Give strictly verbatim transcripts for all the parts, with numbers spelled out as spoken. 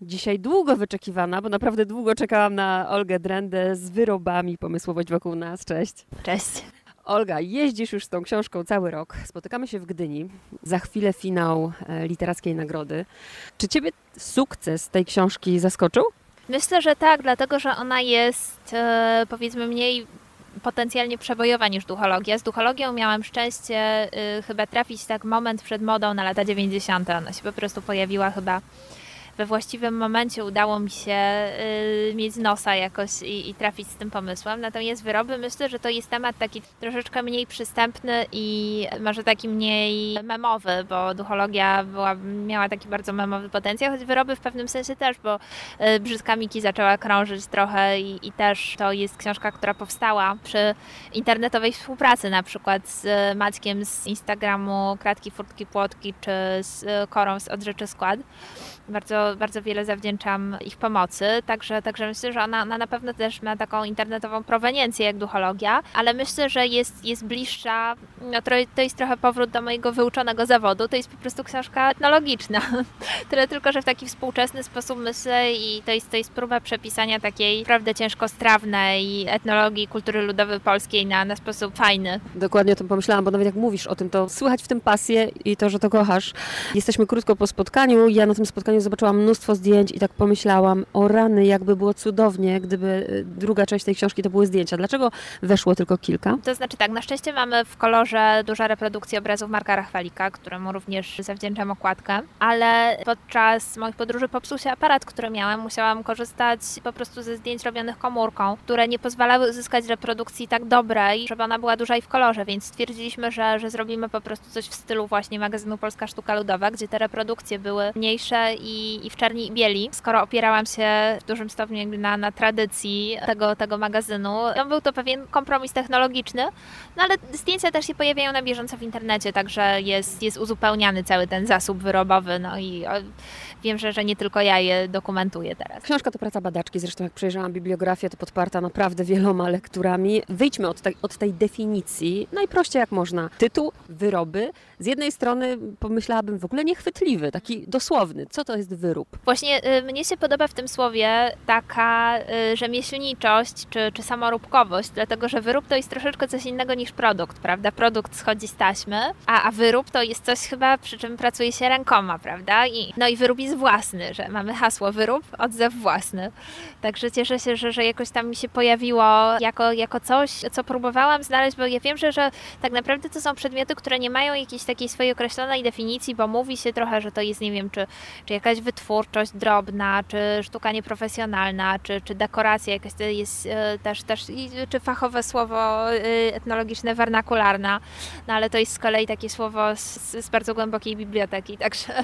Dzisiaj długo wyczekiwana, bo naprawdę długo czekałam na Olgę Drendę z wyrobami Pomysłowość wokół nas. Cześć. Cześć. Olga, jeździsz już z tą książką cały rok. Spotykamy się w Gdyni. Za chwilę finał literackiej nagrody. Czy ciebie sukces tej książki zaskoczył? Myślę, że tak, dlatego że ona jest e, powiedzmy mniej potencjalnie przebojowa niż duchologia. Z duchologią miałam szczęście y, chyba trafić tak moment przed modą na lata dziewięćdziesiąte. Ona się po prostu pojawiła chyba we właściwym momencie. Udało mi się y, mieć nosa jakoś i, i trafić z tym pomysłem. Natomiast wyroby, myślę, że to jest temat taki troszeczkę mniej przystępny i może taki mniej memowy, bo duchologia była, miała taki bardzo memowy potencjał, choć wyroby w pewnym sensie też, bo y, Brzydka Miki zaczęła krążyć trochę i, i też to jest książka, która powstała przy internetowej współpracy, na przykład z Maćkiem z Instagramu Kratki, Furtki, Płotki, czy z Korą z Od Rzeczy Skład. Bardzo, bardzo wiele zawdzięczam ich pomocy, także, także myślę, że ona, ona na pewno też ma taką internetową proweniencję jak duchologia, ale myślę, że jest, jest bliższa, no to, to jest trochę powrót do mojego wyuczonego zawodu, to jest po prostu książka etnologiczna, tyle tylko, że w taki współczesny sposób myślę i to jest, to jest próba przepisania takiej naprawdę ciężkostrawnej etnologii kultury ludowej polskiej na, na sposób fajny. Dokładnie o tym pomyślałam, bo nawet jak mówisz o tym, to słychać w tym pasję i to, że to kochasz. Jesteśmy krótko po spotkaniu, ja na tym spotkaniu zobaczyłam mnóstwo zdjęć i tak pomyślałam, o rany, jakby było cudownie, gdyby druga część tej książki to były zdjęcia. Dlaczego weszło tylko kilka? To znaczy tak, na szczęście mamy w kolorze duża reprodukcja obrazów Marka Rachwalika, któremu również zawdzięczam okładkę, ale podczas moich podróży popsuł się aparat, który miałem. Musiałam korzystać po prostu ze zdjęć robionych komórką, które nie pozwalały uzyskać reprodukcji tak dobrej, żeby ona była duża i w kolorze, więc stwierdziliśmy, że, że zrobimy po prostu coś w stylu właśnie magazynu Polska Sztuka Ludowa, gdzie te reprodukcje były mniejsze i, i w czerni i bieli. Skoro opierałam się w dużym stopniu jakby na, na tradycji tego, tego magazynu, no był to pewien kompromis technologiczny, no ale zdjęcia też się pojawiają na bieżąco w internecie, także jest, jest uzupełniany cały ten zasób wyrobowy, no i o, wiem, że, że nie tylko ja je dokumentuję teraz. Książka to praca badaczki, zresztą jak przejrzałam bibliografię, to podparta naprawdę wieloma lekturami. Wyjdźmy od tej, od tej definicji, najprościej jak można. Tytuł, wyroby. Z jednej strony pomyślałabym w ogóle niechwytliwy, taki dosłowny. Co to jest wyrób? Właśnie y, mnie się podoba w tym słowie taka y, rzemieślniczość czy, czy samoróbkowość, dlatego że wyrób to jest troszeczkę coś innego niż produkt, prawda? Produkt schodzi z taśmy, a, a wyrób to jest coś chyba, przy czym pracuje się rękoma, prawda? I, no i wyrób jest własny, że mamy hasło wyrób, odzew własny. Także cieszę się, że, że jakoś tam mi się pojawiło jako, jako coś, co próbowałam znaleźć, bo ja wiem, że, że tak naprawdę to są przedmioty, które nie mają jakiejś takiej swojej określonej definicji, bo mówi się trochę, że to jest, nie wiem, czy, czy jakaś wytwórczość drobna, czy sztuka nieprofesjonalna, czy, czy dekoracja jakaś to jest e, też, też czy fachowe słowo e, etnologiczne, wernakularna, no ale to jest z kolei takie słowo z, z bardzo głębokiej biblioteki, także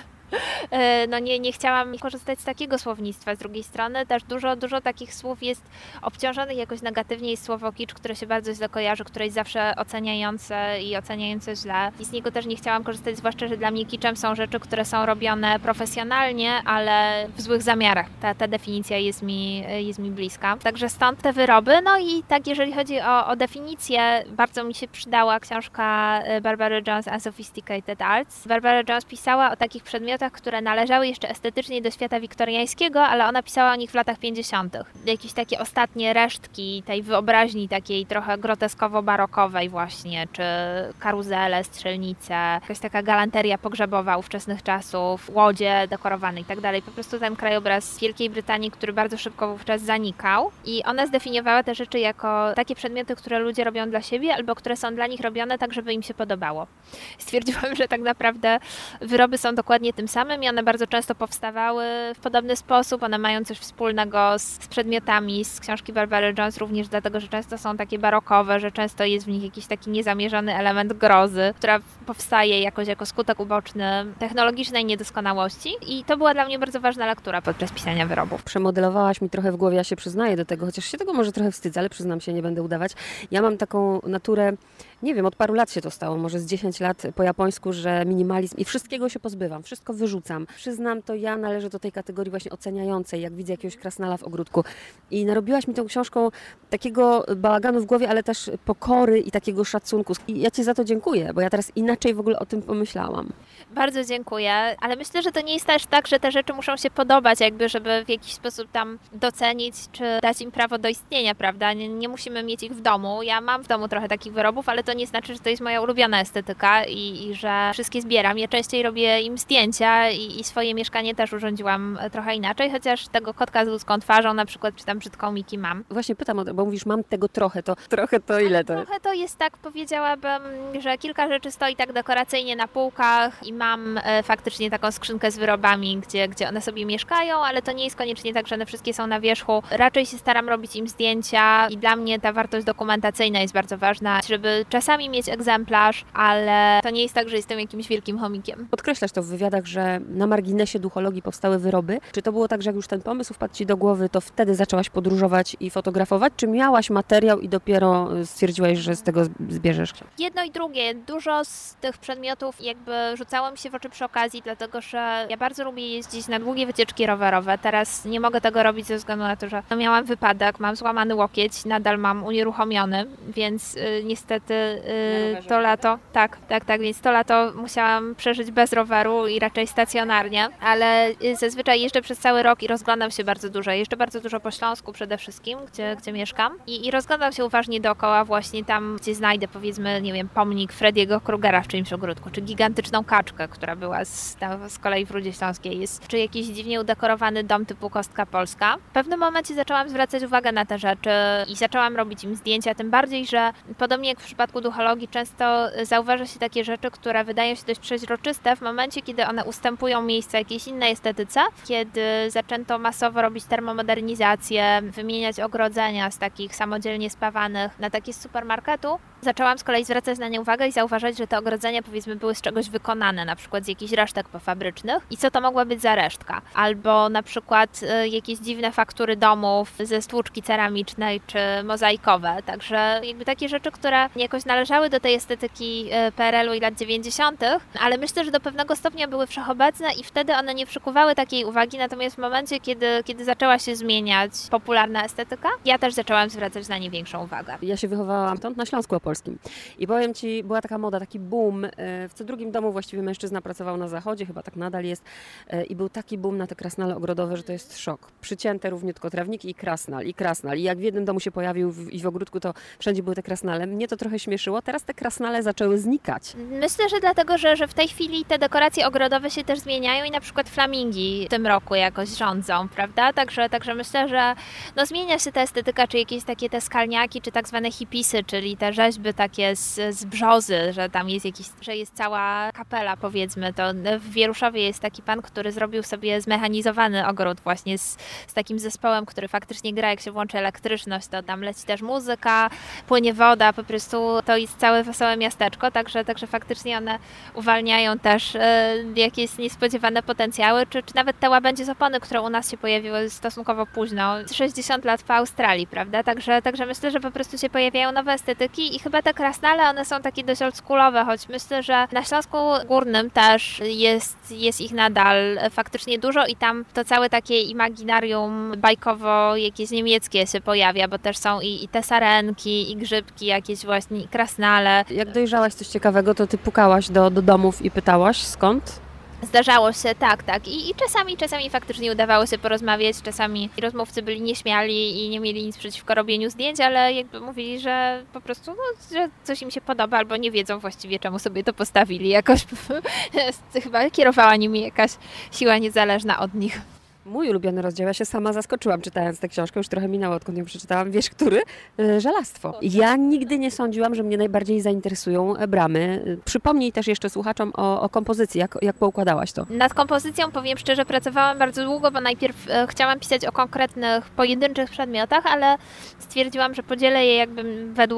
no nie, nie chciałam korzystać z takiego słownictwa. Z drugiej strony też dużo, dużo takich słów jest obciążonych jakoś negatywnie. Jest słowo kicz, które się bardzo źle kojarzy, które jest zawsze oceniające i oceniające źle. I z niego też nie chciałam korzystać, zwłaszcza, że dla mnie kiczem są rzeczy, które są robione profesjonalnie, ale w złych zamiarach. Ta, ta definicja jest mi, jest mi bliska. Także stąd te wyroby. No i tak, jeżeli chodzi o, o definicję, bardzo mi się przydała książka Barbary Jones Unsophisticated Arts. Barbara Jones pisała o takich przedmiotach, które należały jeszcze estetycznie do świata wiktoriańskiego, ale ona pisała o nich w latach pięćdziesiątych. Jakieś takie ostatnie resztki tej wyobraźni takiej trochę groteskowo-barokowej właśnie, czy karuzele, strzelnice, jakaś taka galanteria pogrzebowa ówczesnych czasów, łodzie dekorowane i tak dalej. Po prostu ten krajobraz Wielkiej Brytanii, który bardzo szybko wówczas zanikał i ona zdefiniowała te rzeczy jako takie przedmioty, które ludzie robią dla siebie albo które są dla nich robione tak, żeby im się podobało. Stwierdziłam, że tak naprawdę wyroby są dokładnie tym samym i one bardzo często powstawały w podobny sposób. One mają coś wspólnego z, z przedmiotami z książki Barbary Jones również dlatego, że często są takie barokowe, że często jest w nich jakiś taki niezamierzony element grozy, która powstaje jakoś jako skutek uboczny technologicznej niedoskonałości i to była dla mnie bardzo ważna lektura podczas pisania wyrobów. Przemodelowałaś mi trochę w głowie, ja się przyznaję do tego, chociaż się tego może trochę wstydzę, ale przyznam się, nie będę udawać. Ja mam taką naturę Nie wiem, od paru lat się to stało, może z dziesięć lat po japońsku, że minimalizm i wszystkiego się pozbywam, wszystko wyrzucam. Przyznam, to ja należę do tej kategorii właśnie oceniającej, jak widzę jakiegoś krasnala w ogródku. I narobiłaś mi tą książką takiego bałaganu w głowie, ale też pokory i takiego szacunku. I ja Ci za to dziękuję, bo ja teraz inaczej w ogóle o tym pomyślałam. Bardzo dziękuję, ale myślę, że to nie jest też tak, że te rzeczy muszą się podobać, jakby żeby w jakiś sposób tam docenić, czy dać im prawo do istnienia, prawda? Nie, nie musimy mieć ich w domu. Ja mam w domu trochę takich wyrobów, ale to nie znaczy, że to jest moja ulubiona estetyka i, i że wszystkie zbieram. Ja częściej robię im zdjęcia i, i swoje mieszkanie też urządziłam trochę inaczej, chociaż tego kotka z ludzką twarzą na przykład, czy tam brzydką Miki mam. Właśnie pytam, o to, bo mówisz, mam tego trochę, to trochę to ile to? Trochę to jest tak, powiedziałabym, że kilka rzeczy stoi tak dekoracyjnie na półkach i mam e, faktycznie taką skrzynkę z wyrobami, gdzie, gdzie one sobie mieszkają, ale to nie jest koniecznie tak, że one wszystkie są na wierzchu. Raczej się staram robić im zdjęcia i dla mnie ta wartość dokumentacyjna jest bardzo ważna, żeby czasami mieć egzemplarz, ale to nie jest tak, że jestem jakimś wielkim chomikiem. Podkreślasz to w wywiadach, że na marginesie duchologii powstały wyroby. Czy to było tak, że jak już ten pomysł wpadł Ci do głowy, to wtedy zaczęłaś podróżować i fotografować? Czy miałaś materiał i dopiero stwierdziłaś, że z tego zbierzesz? Jedno i drugie. Dużo z tych przedmiotów jakby rzucało mi się w oczy przy okazji, dlatego że ja bardzo lubię jeździć na długie wycieczki rowerowe. Teraz nie mogę tego robić ze względu na to, że no miałam wypadek, mam złamany łokieć, nadal mam unieruchomiony, więc y, niestety y, to lato, tak, tak, tak, więc to lato musiałam przeżyć bez roweru i raczej stacjonarnie, ale y, zazwyczaj jeżdżę przez cały rok i rozglądam się bardzo dużo. Jeżdżę bardzo dużo po Śląsku przede wszystkim, gdzie, gdzie mieszkam i, i rozglądam się uważnie dookoła właśnie tam, gdzie znajdę powiedzmy, nie wiem, pomnik Frediego Krugera w czyimś ogródku, czy gigantyczną kaczkę, która była z, tam, z kolei w Rudzie Śląskiej jest, czy jakiś dziwnie udekorowany dom typu Kostka Polska. W pewnym momencie zaczęłam zwracać uwagę na te rzeczy i zaczęłam robić im zdjęcia, tym bardziej, że podobnie jak w przypadku duchologii często zauważa się takie rzeczy, które wydają się dość przeźroczyste w momencie, kiedy one ustępują miejsca jakiejś innej estetyce, kiedy zaczęto masowo robić termomodernizację, wymieniać ogrodzenia z takich samodzielnie spawanych na takie z supermarketu. Zaczęłam z kolei zwracać na nie uwagę i zauważać, że te ogrodzenia powiedzmy były z czegoś wykonane, na przykład z jakichś resztek pofabrycznych i co to mogła być za resztka. Albo na przykład y, jakieś dziwne faktury domów ze stłuczki ceramicznej czy mozaikowe. Także jakby takie rzeczy, które jakoś należały do tej estetyki y, P R L u i lat dziewięćdziesiątych, ale myślę, że do pewnego stopnia były wszechobecne i wtedy one nie przykuwały takiej uwagi, natomiast w momencie, kiedy, kiedy zaczęła się zmieniać popularna estetyka, ja też zaczęłam zwracać na nie większą uwagę. Ja się wychowałam stąd na Śląsku Opolskim i powiem Ci, była taka moda, taki boom. W co drugim domu właściwie mężczyzna pracował na zachodzie, chyba tak nadal jest i był taki boom na te krasnale ogrodowe, że to jest szok. Przycięte równiutko trawniki i krasnal, i krasnal. I jak w jednym domu się pojawił w, i w ogródku, to wszędzie były te krasnale. Mnie to trochę śmieszyło. Teraz te krasnale zaczęły znikać. Myślę, że dlatego, że, że w tej chwili te dekoracje ogrodowe się też zmieniają i na przykład flamingi w tym roku jakoś rządzą, prawda? Także, także myślę, że no zmienia się ta estetyka, czy jakieś takie te skalniaki, czy tak zwane hipisy, czyli te rzeźby takie z, z brzozy, że tam jest jakiś, że jest cała kapela powiedzmy. To w Wieruszowie jest taki pan, który zrobił sobie zmechanizowany ogród właśnie z, z takim zespołem, który faktycznie gra, jak się włączy elektryczność, to tam leci też muzyka, płynie woda, po prostu to jest całe wesołe miasteczko, także, także faktycznie one uwalniają też e, jakieś niespodziewane potencjały, czy, czy nawet te łabędzie z opony, które u nas się pojawiły stosunkowo późno, sześćdziesiąt lat po Australii, prawda? Także, także myślę, że po prostu się pojawiają nowe estetyki i chyba te krasnale, one są takie dość oldschoolowe, choć myślę, że na Śląsku Górnym też jest, jest ich nadal faktycznie dużo i tam to całe takie imaginarium bajkowo jakieś niemieckie się pojawia, bo też są i, i te sarenki, i grzybki, jakieś właśnie krasnale. Jak dojrzałaś coś ciekawego, to Ty pukałaś do, do domów i pytałaś skąd? Zdarzało się, tak, tak. I, i czasami, czasami faktycznie udawało się porozmawiać, czasami rozmówcy byli nieśmiali i nie mieli nic przeciwko robieniu zdjęć, ale jakby mówili, że po prostu, no, że coś im się podoba, albo nie wiedzą właściwie, czemu sobie to postawili. Jakoś chyba kierowała nimi jakaś siła niezależna od nich. Mój ulubiony rozdział, ja się sama zaskoczyłam czytając tę książkę, już trochę minęło, odkąd ją przeczytałam. Wiesz, który? Żelastwo. Ja nigdy nie sądziłam, że mnie najbardziej zainteresują bramy. Przypomnij też jeszcze słuchaczom o, o kompozycji, jak, jak poukładałaś to. Nad kompozycją, powiem szczerze, pracowałam bardzo długo, bo najpierw e, chciałam pisać o konkretnych, pojedynczych przedmiotach, ale stwierdziłam, że podzielę je jakby według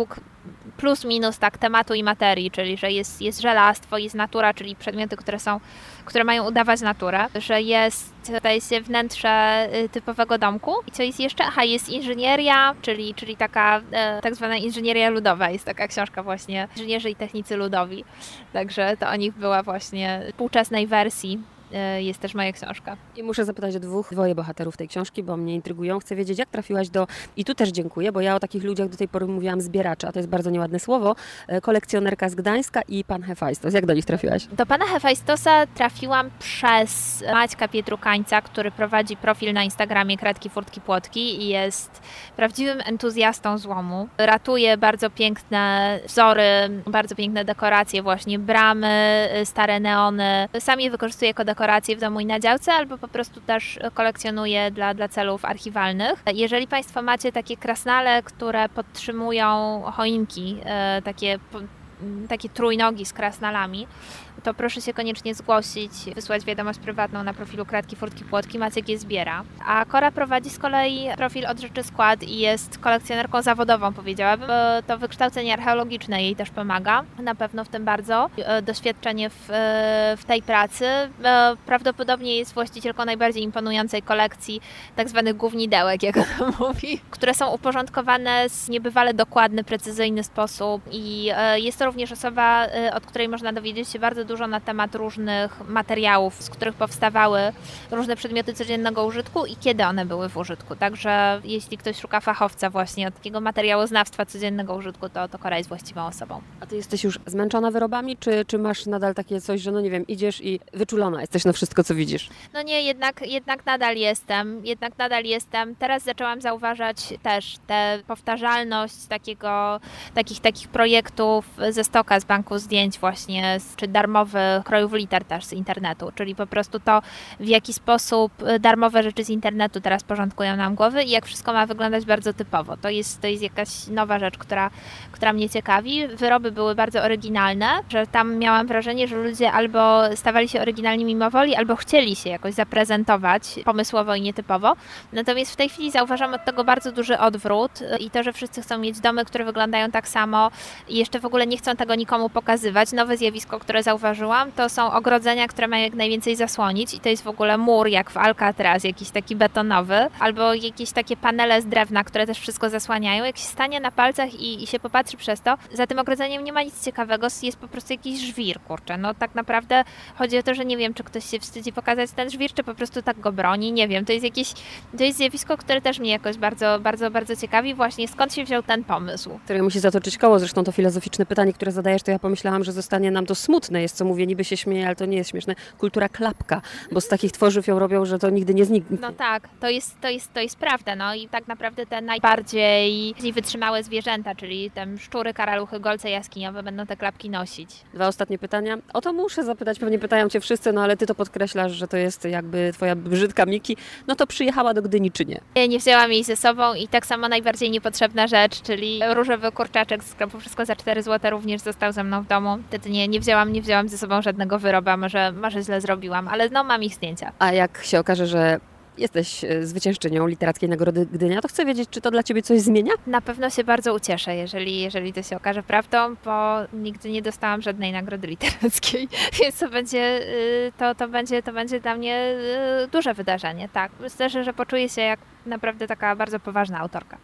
plus minus tak tematu i materii, czyli że jest, jest żelastwo, jest natura, czyli przedmioty, które są, które mają udawać naturę, że jest, zdaje się, wnętrze typowego domku. I co jest jeszcze? Aha, jest inżynieria, czyli, czyli taka e, tak zwana inżynieria ludowa. Jest taka książka właśnie Inżynierzy i technicy ludowi. Także to o nich była właśnie w współczesnej wersji. Jest też moja książka. I muszę zapytać o dwóch, dwoje bohaterów tej książki, bo mnie intrygują. Chcę wiedzieć, jak trafiłaś do, i tu też dziękuję, bo ja o takich ludziach do tej pory mówiłam zbieracze, a to jest bardzo nieładne słowo, kolekcjonerka z Gdańska i pan Hefajstos. Jak do nich trafiłaś? Do pana Hefajstosa trafiłam przez Maćka Pietrukańca, który prowadzi profil na Instagramie Kratki, Furtki, Płotki i jest prawdziwym entuzjastą złomu. Ratuje bardzo piękne wzory, bardzo piękne dekoracje, właśnie bramy, stare neony. Sam je wykorzystuje jako dekoracje w domu i na działce, albo po prostu też kolekcjonuje dla, dla celów archiwalnych. Jeżeli Państwo macie takie krasnale, które podtrzymują choinki, e, takie, po, takie trójnogi z krasnalami, to proszę się koniecznie zgłosić, wysłać wiadomość prywatną na profilu Kratki, Furtki, Płotki, Maciek je zbiera. A Kora prowadzi z kolei profil Od Rzeczy Skład i jest kolekcjonerką zawodową, powiedziałabym. To wykształcenie archeologiczne jej też pomaga, na pewno w tym bardzo. Doświadczenie w, w tej pracy. Prawdopodobnie jest właścicielką najbardziej imponującej kolekcji tak zwanych gównidełek, jak ona mówi, które są uporządkowane w niebywale dokładny, precyzyjny sposób i jest to również osoba, od której można dowiedzieć się bardzo dużo na temat różnych materiałów, z których powstawały różne przedmioty codziennego użytku i kiedy one były w użytku. Także jeśli ktoś szuka fachowca właśnie od takiego materiałoznawstwa codziennego użytku, to, to Kora jest właściwą osobą. A ty jesteś już zmęczona wyrobami, czy, czy masz nadal takie coś, że no nie wiem, idziesz i wyczulona jesteś na wszystko, co widzisz? No nie, jednak, jednak nadal jestem, jednak nadal jestem. Teraz zaczęłam zauważać też tę powtarzalność takiego, takich, takich projektów ze stoka, z banku zdjęć właśnie, czy darmowych krojów liter też z internetu, czyli po prostu to, w jaki sposób darmowe rzeczy z internetu teraz porządkują nam głowy i jak wszystko ma wyglądać bardzo typowo. To jest, to jest jakaś nowa rzecz, która, która mnie ciekawi. Wyroby były bardzo oryginalne, że tam miałam wrażenie, że ludzie albo stawali się oryginalni mimo woli, albo chcieli się jakoś zaprezentować pomysłowo i nietypowo. Natomiast w tej chwili zauważam od tego bardzo duży odwrót i to, że wszyscy chcą mieć domy, które wyglądają tak samo i jeszcze w ogóle nie chcą tego nikomu pokazywać. Nowe zjawisko, które zauważyłam, to są ogrodzenia, które mają jak najwięcej zasłonić i to jest w ogóle mur, jak w Alcatraz, jakiś taki betonowy, albo jakieś takie panele z drewna, które też wszystko zasłaniają. Jak się stanie na palcach i, i się popatrzy przez to, za tym ogrodzeniem nie ma nic ciekawego, jest po prostu jakiś żwir, kurczę. No tak naprawdę chodzi o to, że nie wiem, czy ktoś się wstydzi pokazać ten żwir, czy po prostu tak go broni, nie wiem. To jest jakieś, to jest zjawisko, które też mnie jakoś bardzo, bardzo, bardzo ciekawi. Właśnie skąd się wziął ten pomysł? Które musi zatoczyć koło, zresztą to filozoficzne pytanie, które zadajesz, to ja pomyślałam, że zostanie nam to smutne, jest co mówię, niby się śmieje, ale to nie jest śmieszne. Kultura klapka, bo z takich tworzyw ją robią, że to nigdy nie zniknie. No tak, to jest, to jest, to jest prawda, no i tak naprawdę te najbardziej wytrzymałe zwierzęta, czyli tam szczury, karaluchy, golce jaskiniowe będą te klapki nosić. Dwa ostatnie pytania. O to muszę zapytać, pewnie pytają Cię wszyscy, no ale Ty to podkreślasz, że to jest jakby Twoja brzydka Miki. No to przyjechała do Gdyni czy nie? Ja nie wzięłam jej ze sobą i tak samo najbardziej niepotrzebna rzecz, czyli różowy kurczaczek z sklepu Wszystko za cztery złote również został ze mną w domu. Wtedy nie, nie wzięłam, nie wzięłam ze sobą żadnego wyroba, może, może źle zrobiłam, ale no mam ich zdjęcia. A jak się okaże, że jesteś zwyciężczynią Literackiej Nagrody Gdynia, to chcę wiedzieć, czy to dla Ciebie coś zmienia? Na pewno się bardzo ucieszę, jeżeli, jeżeli to się okaże prawdą, bo nigdy nie dostałam żadnej nagrody literackiej, więc to będzie, to, to będzie, to będzie dla mnie duże wydarzenie. Tak, myślę, że poczuję się jak naprawdę taka bardzo poważna autorka.